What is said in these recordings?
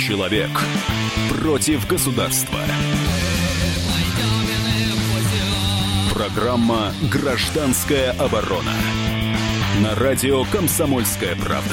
Человек против государства. Программа «Гражданская оборона». На радио «Комсомольская правда».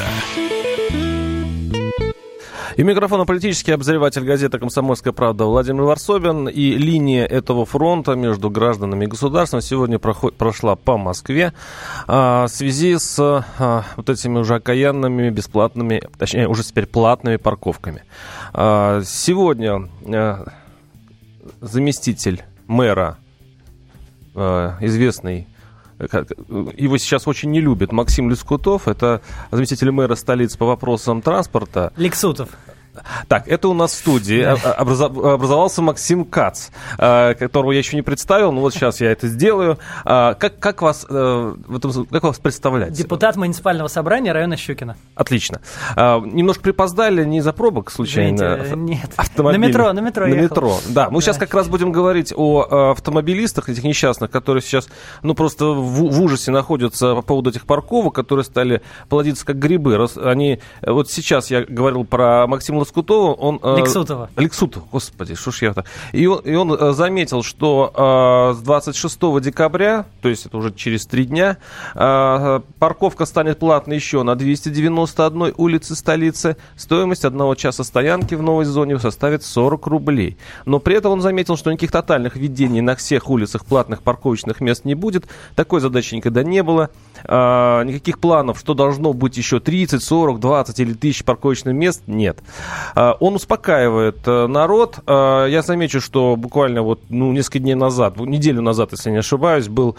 И микрофон политический обозреватель газеты «Комсомольская правда» Владимир Варсобин. И линия этого фронта между гражданами и государством сегодня прошла по Москве в связи с вот этими уже окаянными, бесплатными, точнее, уже теперь платными парковками. Сегодня заместитель мэра, известный, его сейчас очень не любят, Максим Лискутов, это заместитель мэра столицы по вопросам транспорта. Лексутов. Так, это у нас в студии образовался Максим Кац, которого я еще не представил, но вот сейчас я это сделаю. Как вас представлять? Депутат муниципального собрания района Щукина. Отлично. Немножко припоздали, не из-за пробок случайно? Нет, на метро ехал. Метро, да. Мы сейчас как раз будем говорить о автомобилистах, этих несчастных, которые сейчас, просто в ужасе находятся по поводу этих парковок, которые стали плодиться как грибы. Они, вот сейчас я говорил про Максима Лискутова, Лексутова, господи, что ж я так. И он заметил, что с 26 декабря, то есть это уже через 3 дня, парковка станет платной еще на 291 улице столицы. Стоимость 1 часа стоянки в новой зоне составит 40 рублей. Но при этом он заметил, что никаких тотальных введений на всех улицах платных парковочных мест не будет. Такой задачи никогда не было. Никаких планов, что должно быть еще 30, 40, 20 или 1000 парковочных мест, нет. Он успокаивает народ. Я замечу, что буквально несколько дней назад, неделю назад, если не ошибаюсь, был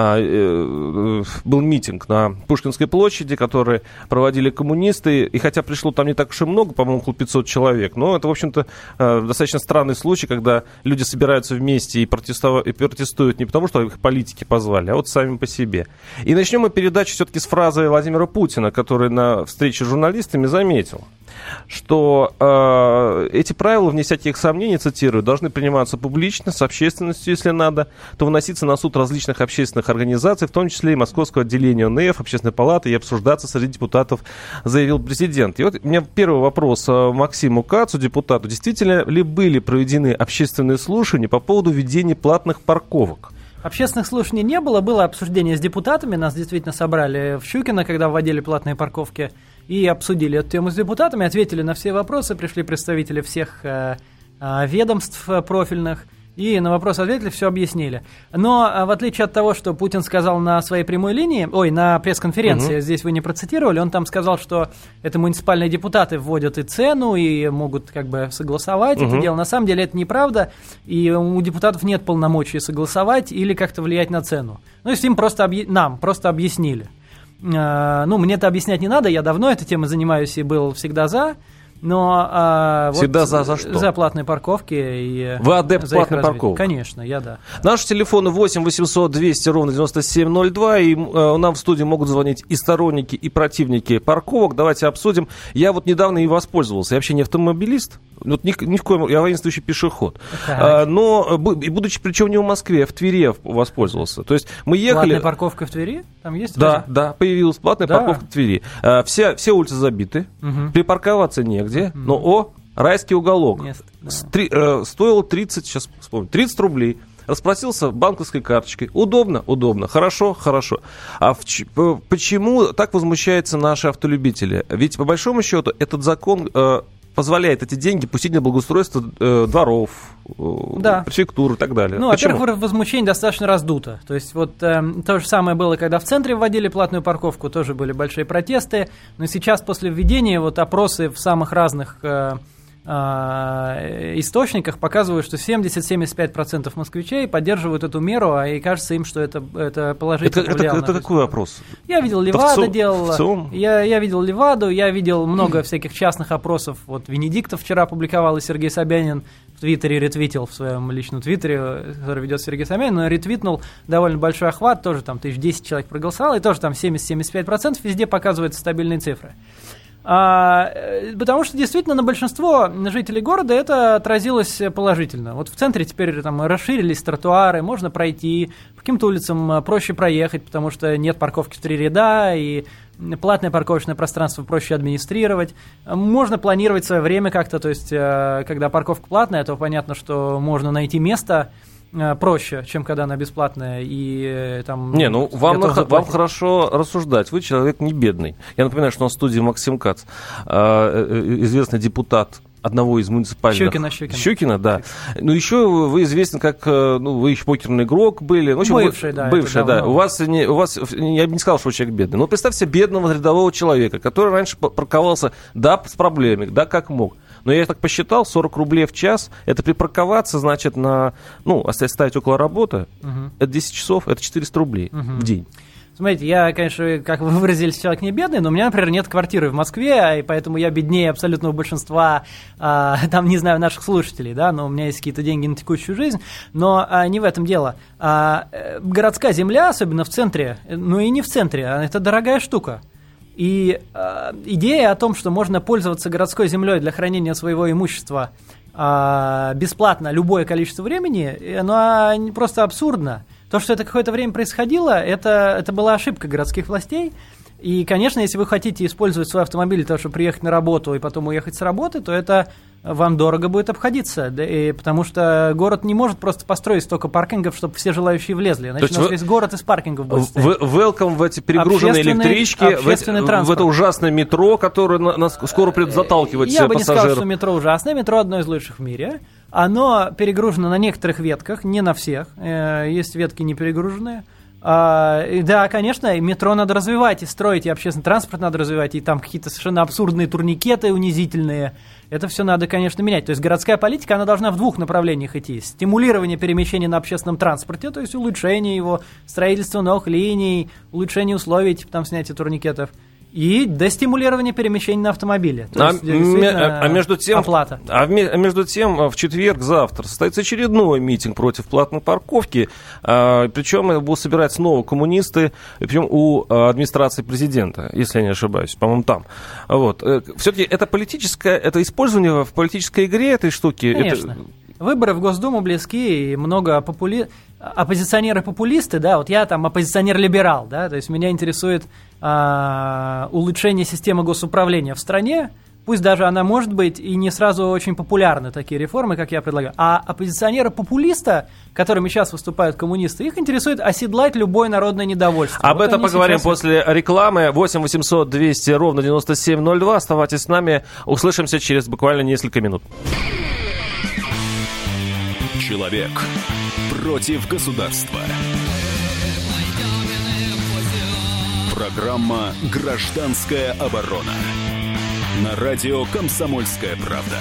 митинг на Пушкинской площади, который проводили коммунисты. И хотя пришло там не так уж и много, по-моему, около 500 человек, но это, в общем-то, достаточно странный случай, когда люди собираются вместе и протестуют не потому, что их политики позвали, а вот сами по себе. И начнем мы передачу все-таки с фразы Владимира Путина, который на встрече с журналистами заметил, что эти правила, вне всяких сомнений, цитирую, должны приниматься публично, с общественностью, если надо, то выноситься на суд различных общественных организаций, в том числе и Московского отделения ОНФ, Общественной палаты, и обсуждаться среди депутатов, заявил президент. И вот у меня первый вопрос Максиму Кацу, депутату. Действительно ли были проведены общественные слушания по поводу введения платных парковок? Общественных слушаний не было, было обсуждение с депутатами, нас действительно собрали в Щукино, когда вводили платные парковки, и обсудили эту тему с депутатами, ответили на все вопросы, пришли представители всех ведомств профильных, и на вопросы ответили, все объяснили. Но в отличие от того, что Путин сказал на своей прямой линии, на пресс-конференции, здесь вы не процитировали, он там сказал, что это муниципальные депутаты вводят и цену, и могут согласовать это дело. На самом деле это неправда, и у депутатов нет полномочий согласовать или как-то влиять на цену. Если им нам просто объяснили. Мне это объяснять не надо, я давно этой темой занимаюсь и был всегда за. Но всегда за что? За платные парковки. И вы адепт платной парковки? Конечно, я да. Наши телефоны 8 800 200 ровно 9702. И нам в студии могут звонить и сторонники, и противники парковок. Давайте обсудим. Я недавно и воспользовался. Я вообще не автомобилист. Ни в коем... Я воинствующий пешеход. Но, будучи причем не в Москве, а в Твери воспользовался. То есть мы ехали... Платная парковка в Твери? Там есть? Да, появилась платная парковка в Твери. Все улицы забиты. Припарковаться негде. Но райский уголок. Стоило 30, сейчас вспомню, 30 рублей. Расплатился банковской карточкой. Удобно, хорошо. А почему так возмущаются наши автолюбители? Ведь, по большому счету, этот закон позволяет эти деньги пустить на благоустройство дворов, префектур и так далее. Во-первых, возмущение достаточно раздуто. То есть то же самое было, когда в центре вводили платную парковку, тоже были большие протесты. Но сейчас после введения опросы в самых разных источниках показывают, что 70-75% москвичей поддерживают эту меру, и кажется им, что это положительно повлияло. Это какой опрос? Я видел Леваду я видел Леваду, я видел много всяких частных опросов. Венедиктов вчера публиковал, и Сергей Собянин в Твиттере ретвитил, в своем личном Твиттере, который ведет Сергей Собянин, но ретвитнул довольно большой охват, тоже там 1010 человек проголосовало, и тоже там 70-75%, везде показываются стабильные цифры. Потому что действительно на большинство жителей города это отразилось положительно. В центре теперь расширились тротуары, можно пройти, по каким-то улицам проще проехать, потому что нет парковки в 3 ряда, и платное парковочное пространство проще администрировать, можно планировать свое время как-то, то есть, когда парковка платная, то понятно, что можно найти место проще, чем когда она бесплатная, и там... Не, ну, вам хорошо рассуждать, вы человек не бедный. Я напоминаю, что у нас в студии Максим Кац, известный депутат одного из муниципальных... Щукина, да. Ну, еще вы известны как, вы еще покерный игрок были. Ну, бывший, да. У вас, я бы не сказал, что вы человек бедный. Но представьте себе бедного рядового человека, который раньше парковался, да, с проблемами, да, как мог. Но я так посчитал, 40 рублей в час, это припарковаться, значит, оставить около работы, это 10 часов, это 400 рублей в день. Смотрите, я, конечно, как вы выразились, человек не бедный, но у меня, например, нет квартиры в Москве, и поэтому я беднее абсолютного большинства, наших слушателей, да, но у меня есть какие-то деньги на текущую жизнь, но не в этом дело. Городская земля, особенно в центре, и не в центре, это дорогая штука. И идея о том, что можно пользоваться городской землей для хранения своего имущества бесплатно любое количество времени, она просто абсурдна. То, что это какое-то время происходило, это была ошибка городских властей. И, конечно, если вы хотите использовать свой автомобиль для того, чтобы приехать на работу и потом уехать с работы, то это вам дорого будет обходиться. Потому что город не может просто построить столько паркингов, чтобы все желающие влезли. Значит, у нас весь город из паркингов будет стоять. Welcome в эти перегруженные электрички, в это ужасное метро, которое нас скоро придет заталкивать пассажиров. Я бы не сказал, что метро ужасное. Метро одно из лучших в мире. Оно перегружено на некоторых ветках, не на всех. Есть ветки не перегруженные. Да, конечно, метро надо развивать и строить, и общественный транспорт надо развивать, и там какие-то совершенно абсурдные турникеты унизительные. Это все надо, конечно, менять. То есть городская политика, она должна в двух направлениях идти. Стимулирование перемещения на общественном транспорте, то есть улучшение его, строительство новых линий, улучшение условий, типа там снятие турникетов. И дестимулирование перемещений на автомобиле. Между тем, оплата. Между тем, в четверг, завтра, состоится очередной митинг против платной парковки. Причем будут собирать снова коммунисты, причем у администрации президента, если я не ошибаюсь, по-моему, там. Вот. Все-таки это политическое, это использование в политической игре этой штуки. Конечно. Выборы в Госдуму близки, и много оппозиционеры-популисты, да, вот я там оппозиционер-либерал, да, то есть меня интересует улучшение системы госуправления в стране, пусть даже она может быть и не сразу очень популярны, такие реформы, как я предлагаю, а оппозиционеры-популиста, которыми сейчас выступают коммунисты, их интересует оседлать любое народное недовольство. Об этом поговорим после рекламы. 8 800 200 ровно 9702. Оставайтесь с нами, услышимся через буквально несколько минут. Человек против государства. Программа «Гражданская оборона». На радио «Комсомольская правда».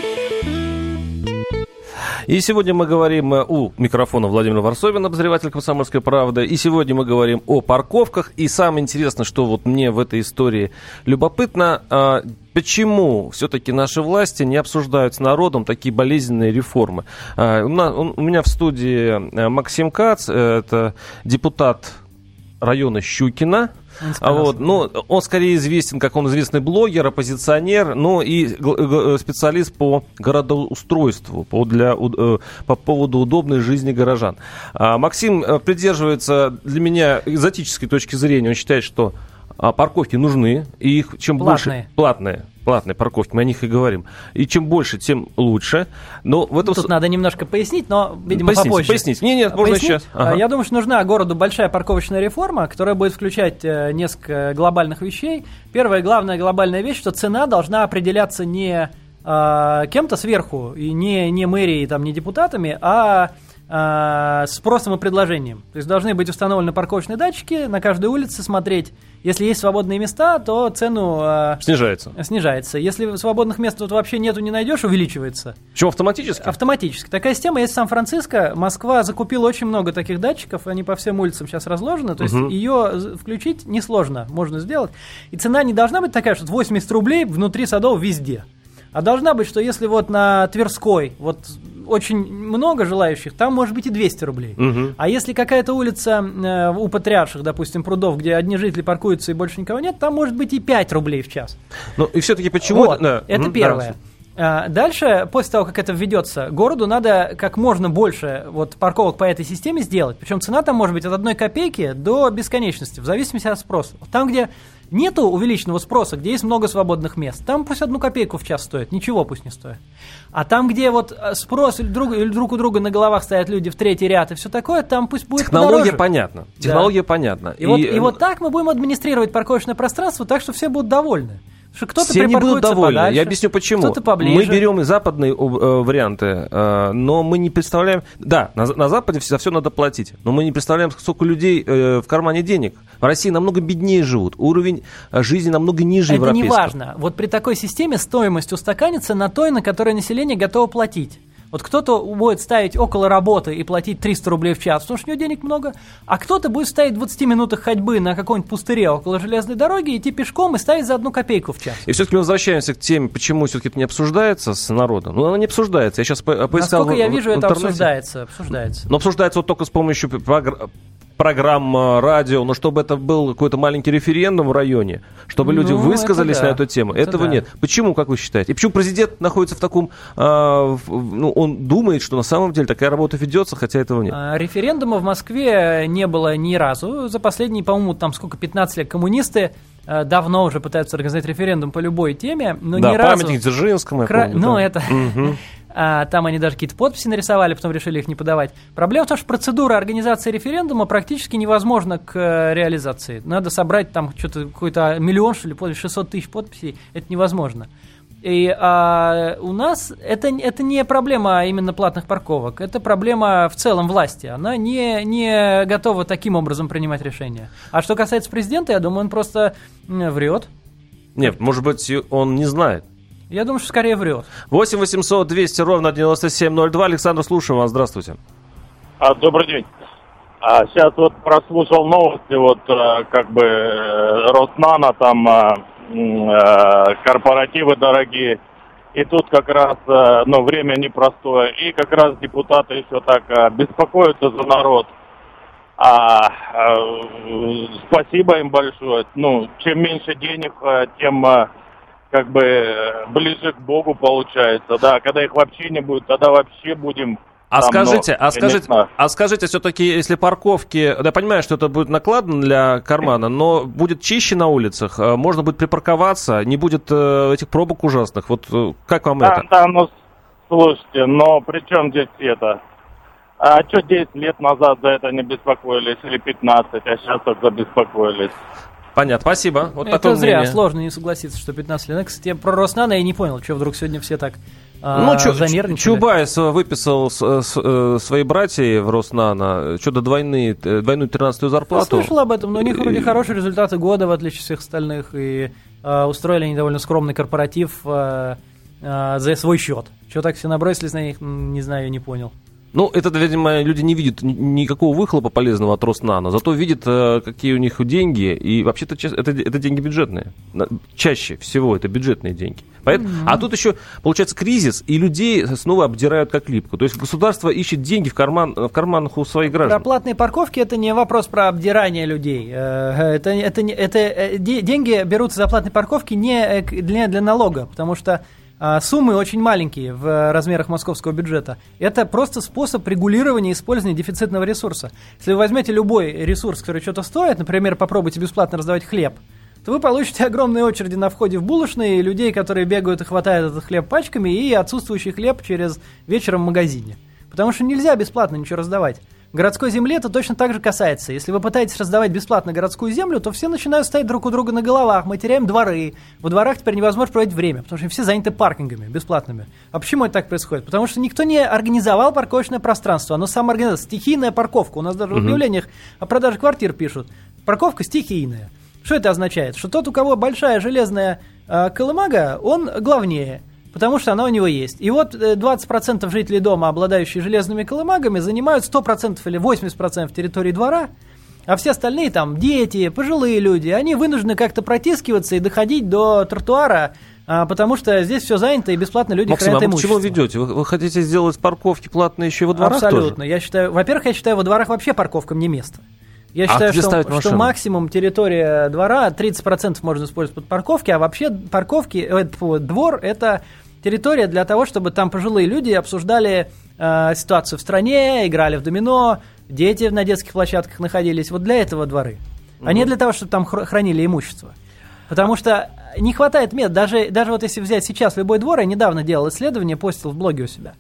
И сегодня мы говорим у микрофона Владимир Варсобин, обозреватель «Комсомольской правды». И сегодня мы говорим о парковках. И самое интересное, что вот мне в этой истории любопытно, почему все-таки наши власти не обсуждают с народом такие болезненные реформы. У меня в студии Максим Кац, это депутат района Щукина. Он скорее известен, как он известный блогер, оппозиционер, но и специалист по городоустройству, по поводу удобной жизни горожан. Максим придерживается для меня экзотической точки зрения. Он считает, что парковки нужны, и их чем больше... Платные парковки, мы о них и говорим. И чем больше, тем лучше. Но в этом... Тут надо немножко пояснить, но, видимо, попозже. Пояснить. Нет, можно сейчас. Ага. Я думаю, что нужна городу большая парковочная реформа, которая будет включать несколько глобальных вещей. Первая главная глобальная вещь, что цена должна определяться не кем-то сверху, и не мэрией, там, не депутатами, а спросом и предложением. То есть должны быть установлены парковочные датчики, на каждой улице смотреть. Если есть свободные места, то цену снижается. Если свободных мест тут вообще нету, не найдешь, увеличивается. Причем автоматически? Автоматически. Такая система есть в Сан-Франциско. Москва закупила очень много таких датчиков, они по всем улицам сейчас разложены. То есть ее включить несложно, можно сделать. И цена не должна быть такая, что 80 рублей внутри садов везде. А должна быть, что если вот на Тверской вот очень много желающих, там может быть и 200 рублей. А если какая-то улица у Патриарших, допустим, прудов, где одни жители паркуются и больше никого нет, там может быть и 5 рублей в час. Ну и все-таки почему... Вот, это первое. Дальше, после того, как это введется, городу надо как можно больше вот парковок по этой системе сделать. Причем цена там может быть от 1 копейки до бесконечности, в зависимости от спроса. Там, где Нету увеличенного спроса, где есть много свободных мест. Там пусть 1 копейку в час стоит, ничего пусть не стоит. А там, где вот спрос или друг у друга на головах стоят люди в третий ряд и все такое, там пусть будет Технология подороже. понятна. Технология понятна. И вот так мы будем администрировать парковочное пространство так, что все будут довольны. Что кто-то все не будут довольны. Подальше, я объясню почему. Кто-то поближе. Мы берем и западные варианты, но мы не представляем... Да, на Западе за все надо платить, но мы не представляем, сколько людей в кармане денег. В России намного беднее живут, уровень жизни намного ниже европейского. Это не важно. Вот при такой системе стоимость устаканится на той, на которой население готово платить. Вот кто-то будет ставить около работы и платить 300 рублей в час, потому что у него денег много, а кто-то будет ставить в 20 минутах ходьбы на каком-нибудь пустыре около железной дороги, идти пешком и ставить за 1 копейку в час. И все-таки мы возвращаемся к теме, почему все-таки это не обсуждается с народом. Ну, она не обсуждается. Я сейчас поискал Насколько я вижу, это обсуждается. обсуждается. Но обсуждается вот только с помощью программ радио, но чтобы это был какой-то маленький референдум в районе, чтобы люди высказались на эту тему, этого нет. Почему, как вы считаете? И почему президент находится в таком... он думает, что на самом деле такая работа ведется, хотя этого нет. Референдума в Москве не было ни разу. За последние, по-моему, 15 лет коммунисты давно уже пытаются организовать референдум по любой теме, но ни разу... памятник Дзержинскому, я помню. это... Там они даже какие-то подписи нарисовали, потом решили их не подавать. Проблема в том, что процедура организации референдума практически невозможна к реализации. Надо собрать там что-то, какой-то 1 миллион, что ли, 600 тысяч подписей. Это невозможно. И у нас это не проблема именно платных парковок, это проблема в целом власти. Она не готова таким образом принимать решения. А что касается президента, я думаю, он просто врет. Нет, может быть, он не знает. Я думаю, что скорее врет. 8 800 200 ровно 9702. Александр, слушаем вас. Здравствуйте. Добрый день. Сейчас вот прослушал новости, Роснано, там корпоративы дорогие. И тут как раз, время непростое. И как раз депутаты еще так беспокоятся за народ. Спасибо им большое. Чем меньше денег, тем... ближе к Богу получается, да, когда их вообще не будет, тогда вообще будем... Скажите, все-таки, если парковки, я понимаю, что это будет накладно для кармана, но будет чище на улицах, можно будет припарковаться, не будет этих пробок ужасных, вот как вам это? Да, слушайте, но при чем здесь это? А что 10 лет назад за это не беспокоились, или 15, а сейчас только беспокоились? Понятно, спасибо. Вот это зря, мнение. Сложно не согласиться, что 15 лет. Кстати, про Роснано я не понял, что вдруг сегодня все так занервничали. Чубайс выписал свои братья в Роснано что-то двойную 13-ю зарплату. Я слышал об этом, но у них вроде хорошие результаты года, в отличие от всех остальных, и устроили они довольно скромный корпоратив за свой счет. Чего так все набросились на них, не знаю, я не понял. Это, видимо, люди не видят никакого выхлопа полезного от Роснано, зато видят, какие у них деньги, и вообще-то это деньги бюджетные. Чаще всего это бюджетные деньги. А тут еще, получается, кризис, и людей снова обдирают как липку. То есть государство ищет деньги в карманах у своих граждан. Про платные парковки это не вопрос про обдирание людей. Деньги берутся за платные парковки не для налога, потому что суммы очень маленькие в размерах московского бюджета. Это просто способ регулирования использования дефицитного ресурса. Если вы возьмете любой ресурс, который что-то стоит, например, попробуйте бесплатно раздавать хлеб, то вы получите огромные очереди на входе в булочные, людей, которые бегают и хватают этот хлеб пачками, и отсутствующий хлеб через вечером в магазине. Потому что нельзя бесплатно ничего раздавать. Городской земли это точно так же касается. Если вы пытаетесь раздавать бесплатно городскую землю, то все начинают стоять друг у друга на головах, мы теряем дворы. Во дворах теперь невозможно проводить время, потому что все заняты паркингами бесплатными. А почему это так происходит? Потому что никто не организовал парковочное пространство, оно самоорганизовано. Стихийная парковка. У нас даже в объявлениях о продаже квартир пишут. Парковка стихийная. Что это означает? Что тот, у кого большая железная колымага, он главнее. Потому что она у него есть. И вот 20% жителей дома, обладающие железными колымагами, занимают 100% или 80% территории двора, а все остальные, там, дети, пожилые люди, они вынуждены как-то протискиваться и доходить до тротуара, потому что здесь все занято, и бесплатно люди хранят имущество. Максим, а вы к чему ведете? Вы хотите сделать парковки платные еще во дворах? Абсолютно. Тоже? Во-первых, я считаю, во дворах вообще парковкам не место. Я считаю, что максимум территория двора 30% можно использовать под парковки, а вообще двор – это территория для того, чтобы там пожилые люди обсуждали ситуацию в стране, играли в домино, дети на детских площадках находились. Вот для этого дворы. А не для того, чтобы там хранили имущество. Потому что не хватает мест. Даже вот если взять сейчас любой двор, я недавно делал исследование, постил в блоге у себя.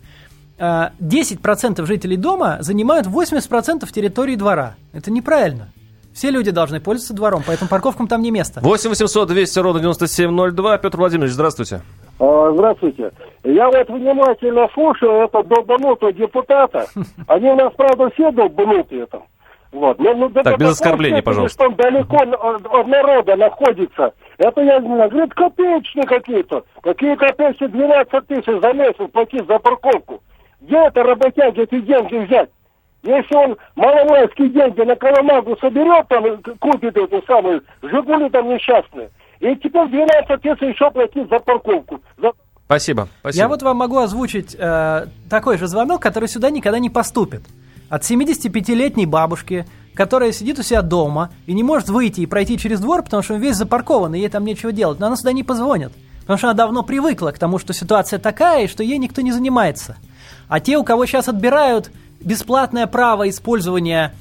10% жителей дома занимают 80% территории двора. Это неправильно. Все люди должны пользоваться двором, поэтому парковкам там не место. 8 800 200 ровно 9702. Петр Владимирович, здравствуйте. Здравствуйте. Я вот внимательно слушаю этого долбанутого депутата. Они у нас, правда, все долбанутые там. Вот. Так, без оскорблений, пожалуйста. Что он далеко от народа находится. Это, я не знаю, говорит, копеечные какие-то. Какие-то опять 12 тысяч за месяц платить за парковку. Где это работяги эти деньги взять? Если он маломальские деньги на Коломагу соберет, там, купит эту самую «Жигули» там несчастные, и теперь 12 тысяч еще платить за парковку. Спасибо. Я вот вам могу озвучить такой же звонок, который сюда никогда не поступит. От 75-летней бабушки, которая сидит у себя дома и не может выйти и пройти через двор, потому что он весь запаркован, и ей там нечего делать. Но она сюда не позвонит, потому что она давно привыкла к тому, что ситуация такая, и что ей никто не занимается. А те, у кого сейчас отбирают бесплатное право использования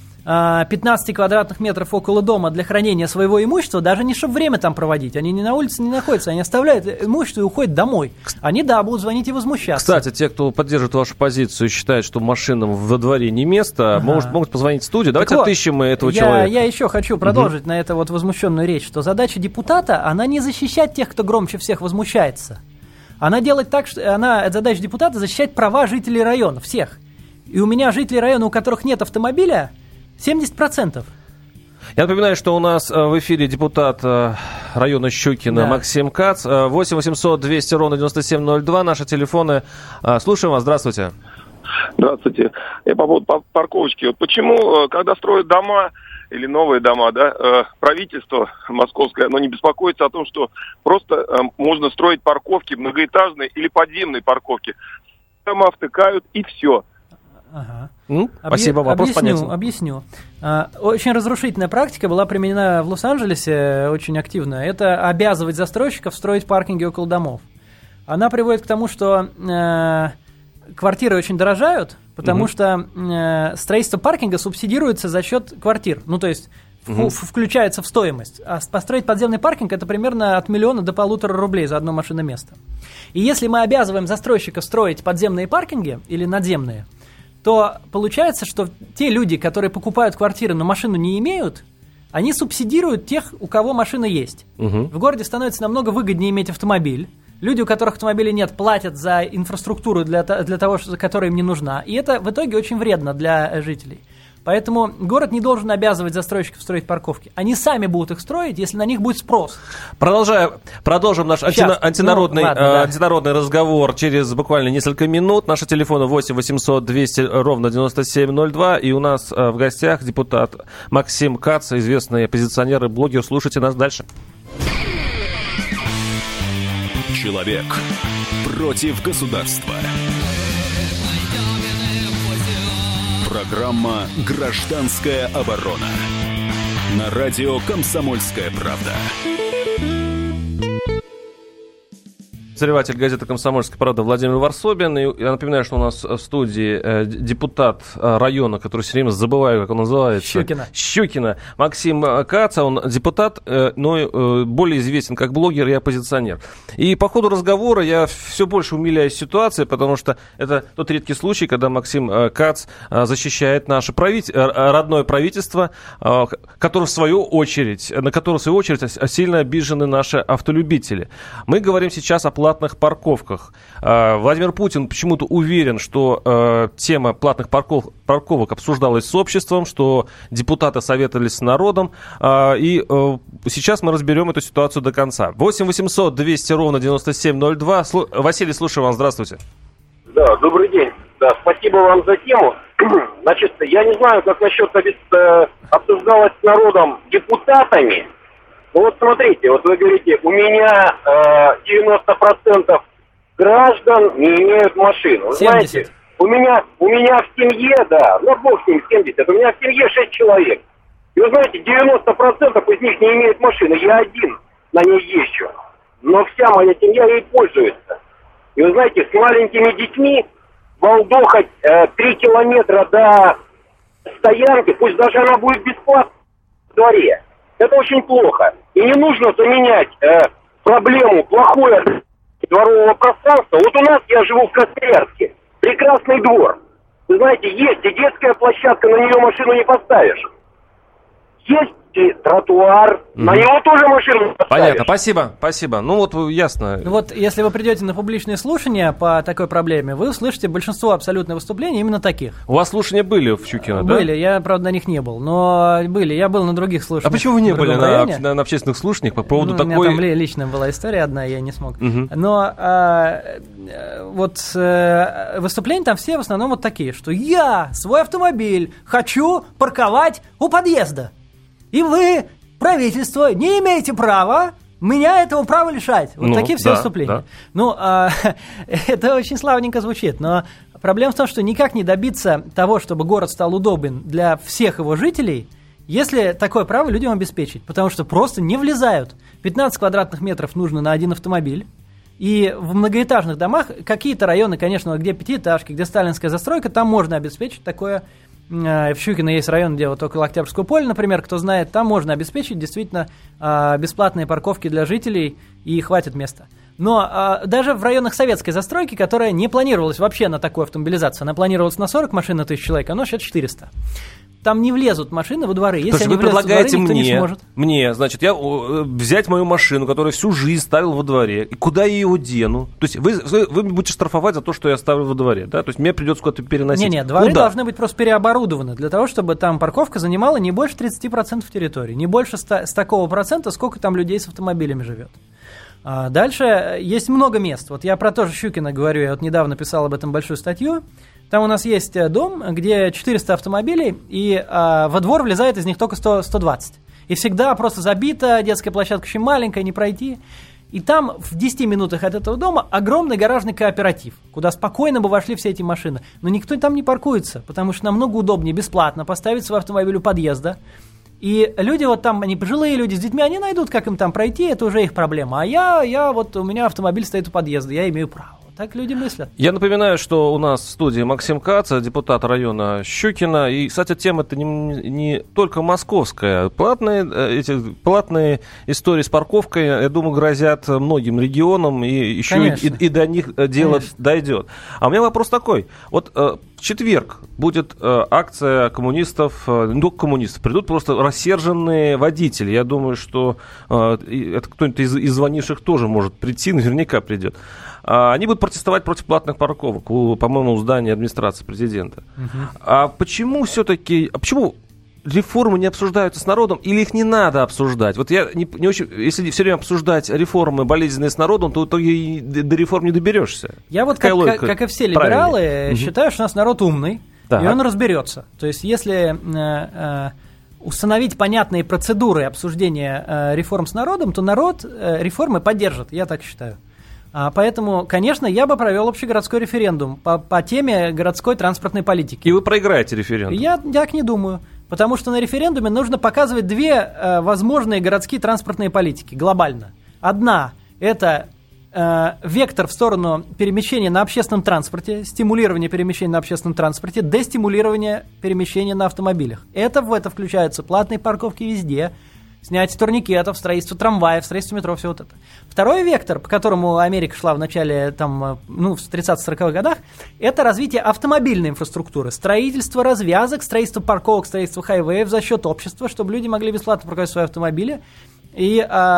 15 квадратных метров около дома для хранения своего имущества, даже не чтобы время там проводить. Они не на улице не находятся, они оставляют имущество и уходят домой. Они, да, будут звонить и возмущаться. Кстати, те, кто поддерживает вашу позицию и считает, что машинам во дворе не место, могут позвонить в студию. Давайте отыщем мы этого человека. Я еще хочу продолжить на эту вот возмущенную речь, что задача депутата, она не защищать тех, кто громче всех возмущается. Она делает так, что задача депутата защищать права жителей района, всех. И у меня жители района, у которых нет автомобиля, 70%. Я напоминаю, что у нас в эфире депутат района Щукина Максим Кац. 8 800 200 ровно 9702. Наши телефоны. Слушаем вас. Здравствуйте. Здравствуйте. Я по поводу парковочки. Вот почему, когда строят дома или новые дома, правительство московское, оно не беспокоится о том, что просто можно строить парковки многоэтажные или подземные парковки. Дома втыкают и все. Ага. Спасибо, вопрос понятен. Объясню. Очень разрушительная практика была применена в Лос-Анджелесе, очень активно. Это обязывать застройщиков строить паркинги около домов. Она приводит к тому, что квартиры очень дорожают, потому что строительство паркинга субсидируется за счет квартир. Ну, то есть включается в стоимость. А построить подземный паркинг – это примерно от 1 миллиона до 1,5 рублей за одно машиноместо. И если мы обязываем застройщиков строить подземные паркинги или надземные, то получается, что те люди, которые покупают квартиры, но машину не имеют, они субсидируют тех, у кого машина есть. В городе становится намного выгоднее иметь автомобиль. Люди, у которых автомобиля нет, платят за инфраструктуру для того, которая им не нужна. И это в итоге очень вредно для жителей. Поэтому город не должен обязывать застройщиков строить парковки. Они сами будут их строить, если на них будет спрос. Продолжим наш антинародный разговор через буквально несколько минут. Наши телефоны 8 800 200 ровно 9702. И у нас в гостях депутат Максим Кац, известный оппозиционер и блогер. Слушайте нас дальше. Человек против государства. Программа «Гражданская оборона». На радио «Комсомольская правда». Обозреватель газеты «Комсомольская правда» Владимир Варсобин. И я напоминаю, что у нас в студии депутат района, который все время забываю, как он называется. Щукина. Максим Кац. Он депутат, но более известен как блогер и оппозиционер. И по ходу разговора я все больше умиляюсь ситуации, потому что это тот редкий случай, когда Максим Кац защищает наше родное правительство, на которое в свою очередь сильно обижены наши автолюбители. Мы говорим сейчас о платных парковках. Владимир Путин почему-то уверен, что тема платных парковок обсуждалась с обществом, что депутаты советовались с народом, и сейчас мы разберем эту ситуацию до конца. 8 800 200 ровно 9702. Василий, слушаю вас. Здравствуйте. Да, добрый день. Да, спасибо вам за тему. Значит, я не знаю, как насчет обсуждалось с народом депутатами. Ну вот смотрите, вот вы говорите, у меня 90% граждан не имеют машин. Вы 70. знаете, у меня в семье, да, ну бог с ним 70, у меня в семье 6 человек. И вы знаете, 90% из них не имеют машины. Я один на ней езжу. Но вся моя семья ей пользуется. И вы знаете, с маленькими детьми волдохать 3 километра до стоянки, пусть даже она будет бесплатна в дворе. Это очень плохо. И не нужно заменять проблему плохое дворового пространства. Вот у нас, я живу в Красноярске, прекрасный двор. Вы знаете, есть и детская площадка, на нее машину не поставишь. Есть и тротуар, на него тоже машину не поставишь. Понятно, спасибо. Ну вот ясно. Ну вот, если вы придете на публичные слушания по такой проблеме, вы услышите большинство абсолютно выступлений именно таких. У вас слушания были в Щукино, да? Были, я, правда, на них не был, но были, я был на других слушаниях. А почему вы не были на общественных слушаниях по поводу такой... У меня там личная была история одна, я не смог. Но выступления там все в основном вот такие, что я свой автомобиль хочу парковать у подъезда. И вы, правительство, не имеете права меня этого права лишать. Вот такие все выступления. Да. Это очень славненько звучит, но проблема в том, что никак не добиться того, чтобы город стал удобен для всех его жителей, если такое право людям обеспечить, потому что просто не влезают. 15 квадратных метров нужно на один автомобиль. И в многоэтажных домах какие-то районы, конечно, где пятиэтажки, где сталинская застройка, там можно обеспечить такое. В Щукино есть район, где вот около Октябрьского поля, например, кто знает, там можно обеспечить действительно бесплатные парковки для жителей, и хватит места. Но даже в районах советской застройки, которая не планировалась вообще на такую автомобилизацию, она планировалась на 40 машин на 1000 человек, она сейчас 400. Там не влезут машины во дворы. Если они влезут во дворы, никто не сможет. Значит, я взять мою машину, которую всю жизнь ставил во дворе, и куда я ее дену? То есть вы будете штрафовать за то, что я ставлю во дворе, да? То есть мне придется куда-то переносить. Нет, дворы должны быть просто переоборудованы для того, чтобы там парковка занимала не больше 30% территории, не больше с такого процента, сколько там людей с автомобилями живет. Дальше есть много мест. Вот я про то же Щукино говорю, я вот недавно писал об этом большую статью. Там у нас есть дом, где 400 автомобилей, и во двор влезает из них только 120. И всегда просто забито, детская площадка очень маленькая, не пройти. И там в 10 минутах от этого дома огромный гаражный кооператив, куда спокойно бы вошли все эти машины. Но никто там не паркуется, потому что намного удобнее бесплатно поставить свой автомобиль у подъезда. И люди вот там, они пожилые люди с детьми, они найдут, как им там пройти, это уже их проблема. А я вот, у меня автомобиль стоит у подъезда, я имею право. Так люди мыслят. Я напоминаю, что у нас в студии Максим Каца, депутат района Щукино. И, кстати, тема это не только московская. Платные истории с парковкой, я думаю, грозят многим регионам, и еще и до них дело дойдет. А у меня вопрос такой. Вот в четверг будет акция коммунистов, не только коммунистов, придут просто рассерженные водители. Я думаю, что это кто-нибудь из звонивших тоже может прийти, наверняка придет. Они будут протестовать против платных парковок, по-моему, у здания администрации президента. А почему все-таки... почему реформы не обсуждаются с народом, или их не надо обсуждать? Вот я не очень... Если все время обсуждать реформы болезненные с народом, то и до реформ не доберешься. Я вот, как и все либералы, считаю, что у нас народ умный, и он разберется. То есть, если... установить понятные процедуры обсуждения реформ с народом, то народ реформы поддержит, я так считаю. Поэтому, конечно, я бы провел общегородской референдум по теме городской транспортной политики. И вы проиграете референдум? Я так не думаю. Потому что на референдуме нужно показывать две возможные городские транспортные политики глобально. Одна – это вектор в сторону перемещения на общественном транспорте, стимулирование перемещения на общественном транспорте, дестимулирование перемещения на автомобилях. В это включаются платные парковки везде, снятие турникетов, строительство трамваев, строительство метро, все вот это. Второй вектор, по которому Америка шла в начале, в 30-40-х годах, это развитие автомобильной инфраструктуры, строительство развязок, строительство парковок, строительство хайвеев за счет общества, чтобы люди могли бесплатно парковать свои автомобили. И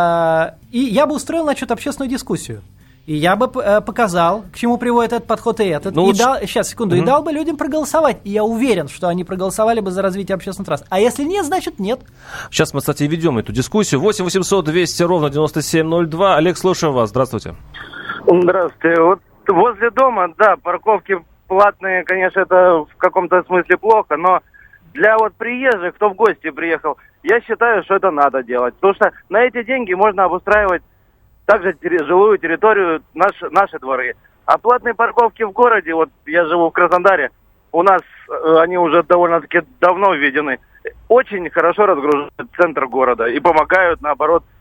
я бы устроил насчет общественную дискуссию. И я бы показал, к чему приводит этот подход и этот. И дал бы людям проголосовать. И я уверен, что они проголосовали бы за развитие общественного транспорта. А если нет, значит нет. Сейчас мы, кстати, ведем эту дискуссию. 8 800 200 ровно 9702. Олег, слушаем вас. Здравствуйте. Здравствуйте. Вот возле дома, да, парковки платные, конечно, это в каком-то смысле плохо, но для вот приезжих, кто в гости приехал, я считаю, что это надо делать. Потому что на эти деньги можно обустраивать также жилую территорию, наши дворы. А платные парковки в городе, вот я живу в Краснодаре, у нас они уже довольно-таки давно введены, очень хорошо разгружают центр города и помогают, наоборот,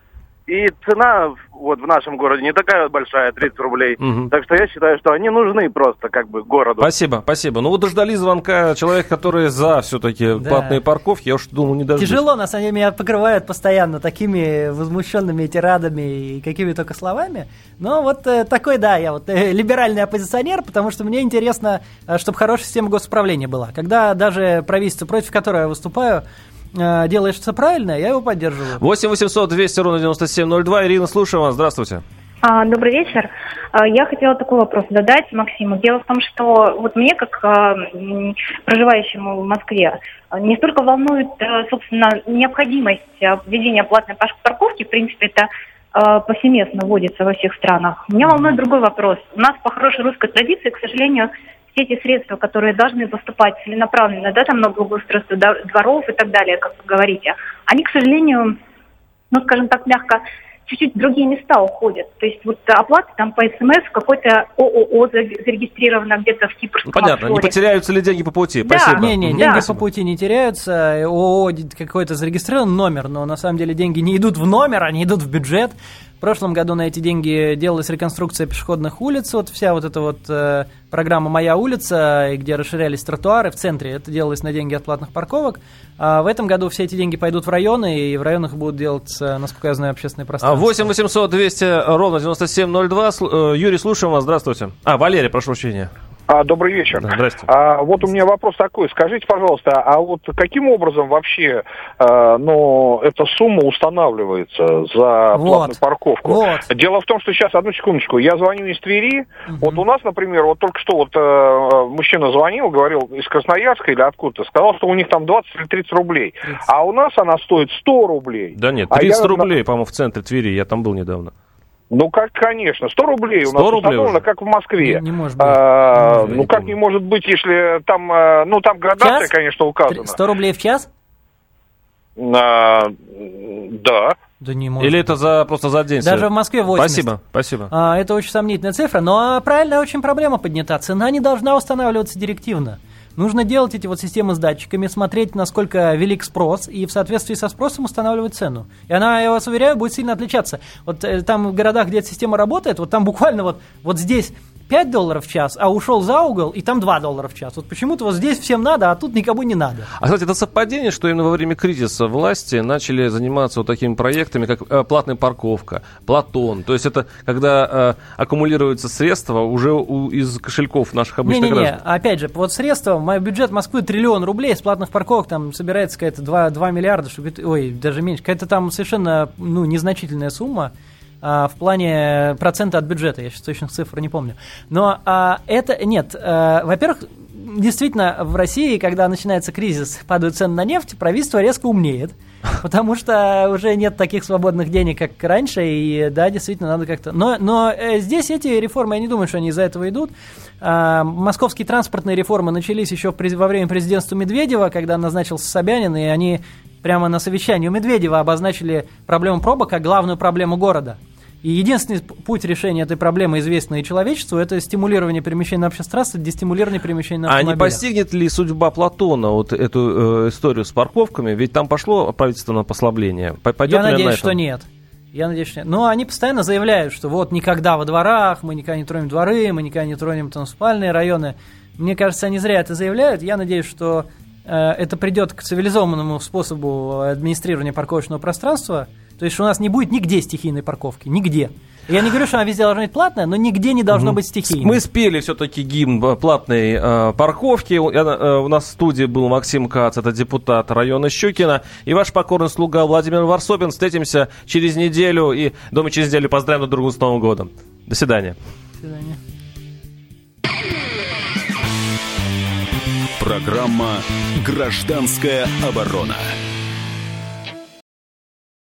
И цена вот в нашем городе не такая большая, 30 рублей. Так что я считаю, что они нужны просто как бы городу. Спасибо. Ну вот дождались звонка человека, который за все-таки платные парковки. Я уж думал, не дождусь. Тяжело, на самом деле, меня покрывают постоянно такими возмущенными тирадами и какими только словами. Но вот такой, да, я вот либеральный оппозиционер, потому что мне интересно, чтобы хорошая система госуправления была. Когда даже правительство, против которого я выступаю, делает что-то правильное, я его поддерживаю. 8 800 200 ровно 9702. Ирина, слушаю вас. Здравствуйте. Добрый вечер. Я хотела такой вопрос задать Максиму. Дело в том, что вот мне, как проживающему в Москве, не столько волнует, собственно, необходимость введения платной парковки. В принципе, это повсеместно вводится во всех странах. Меня волнует другой вопрос. У нас по хорошей русской традиции, к сожалению, все эти средства, которые должны поступать целенаправленно, да, там на благоустройство дворов и так далее, как вы говорите, они, к сожалению, ну, скажем так, мягко, чуть-чуть в другие места уходят. То есть вот оплата там по СМС в какой-то ООО зарегистрирована где-то в Кипрском Понятно, офшоре. Не потеряются ли деньги по пути? Да. Спасибо. Деньги по пути не теряются. ООО какой-то зарегистрирован номер, но на самом деле деньги не идут в номер, они идут в бюджет. В прошлом году на эти деньги делалась реконструкция пешеходных улиц, вот вся вот эта вот программа «Моя улица», где расширялись тротуары в центре, это делалось на деньги от платных парковок. А в этом году все эти деньги пойдут в районы, и в районах будут делаться, насколько я знаю, общественные пространства. 8 800 200 ровно 9702. Юрий, слушаем вас, здравствуйте. Валерий, прошу прощения. Добрый вечер. Да, здрасте. Вот у меня вопрос такой. Скажите, пожалуйста, а вот каким образом вообще эта сумма устанавливается за платную парковку? Вот. Дело в том, что сейчас, одну секундочку, я звоню из Твери. Вот у нас, например, вот только что мужчина звонил, говорил из Красноярска или откуда-то, сказал, что у них там 20 или 30 рублей. 30. А у нас она стоит 100 рублей. Да нет, 30 рублей, по-моему, в центре Твери. Я там был недавно. Ну, конечно, 100 рублей у нас установлено, как в Москве. Не может быть. Как не может быть, если там, там градация, конечно, указана. 100 рублей в час? Да. Да не может. Или это просто за день? Даже в Москве 80. Спасибо. Это очень сомнительная цифра, но правильная очень проблема поднята. Цена не должна устанавливаться директивно. Нужно делать эти вот системы с датчиками, смотреть, насколько велик спрос, и в соответствии со спросом устанавливать цену. И она, я вас уверяю, будет сильно отличаться. Вот там в городах, где эта система работает, вот там буквально вот здесь $5 в час, а ушел за угол, и там $2 в час. Вот почему-то вот здесь всем надо, а тут никому не надо. А, кстати, это совпадение, что именно во время кризиса власти начали заниматься вот такими проектами, как платная парковка, Платон. То есть это когда аккумулируются средства уже из кошельков наших обычных граждан. Опять же, вот средства, бюджет Москвы 1 триллион рублей, с платных парковок там собирается какая-то 2 миллиарда, даже меньше, какая-то там совершенно незначительная сумма. В плане процента от бюджета, я сейчас точных цифр не помню. Но во-первых, действительно, в России, когда начинается кризис, падают цены на нефть, правительство резко умнеет, потому что уже нет таких свободных денег, как раньше, и да, действительно, надо как-то... Но здесь эти реформы, я не думаю, что они из-за этого идут. Московские транспортные реформы начались еще во время президентства Медведева, когда назначился Собянин, и они прямо на совещании у Медведева обозначили проблему пробок как главную проблему города. И единственный путь решения этой проблемы, известный человечеству, это стимулирование перемещения на общественном, дестимулирование перемещения на автомобилях. А не постигнет ли судьба Платона вот эту историю с парковками? Ведь там пошло правительство на послабление. Я надеюсь, что нет. Но они постоянно заявляют, что вот никогда во дворах, мы никогда не тронем дворы, мы никогда не тронем там спальные районы. Мне кажется, они зря это заявляют. Я надеюсь, что это придет к цивилизованному способу администрирования парковочного пространства. То есть, что у нас не будет нигде стихийной парковки. Нигде. Я не говорю, что она везде должна быть платная, но нигде не должно быть стихийной. Мы спели все-таки гимн платной парковки. У нас в студии был Максим Кац, это депутат района Щукина. И ваш покорный слуга Владимир Варсобин. Встретимся через неделю. И дома через неделю поздравим друг друга с Новым годом. До свидания. До свидания. Программа «Гражданская оборона».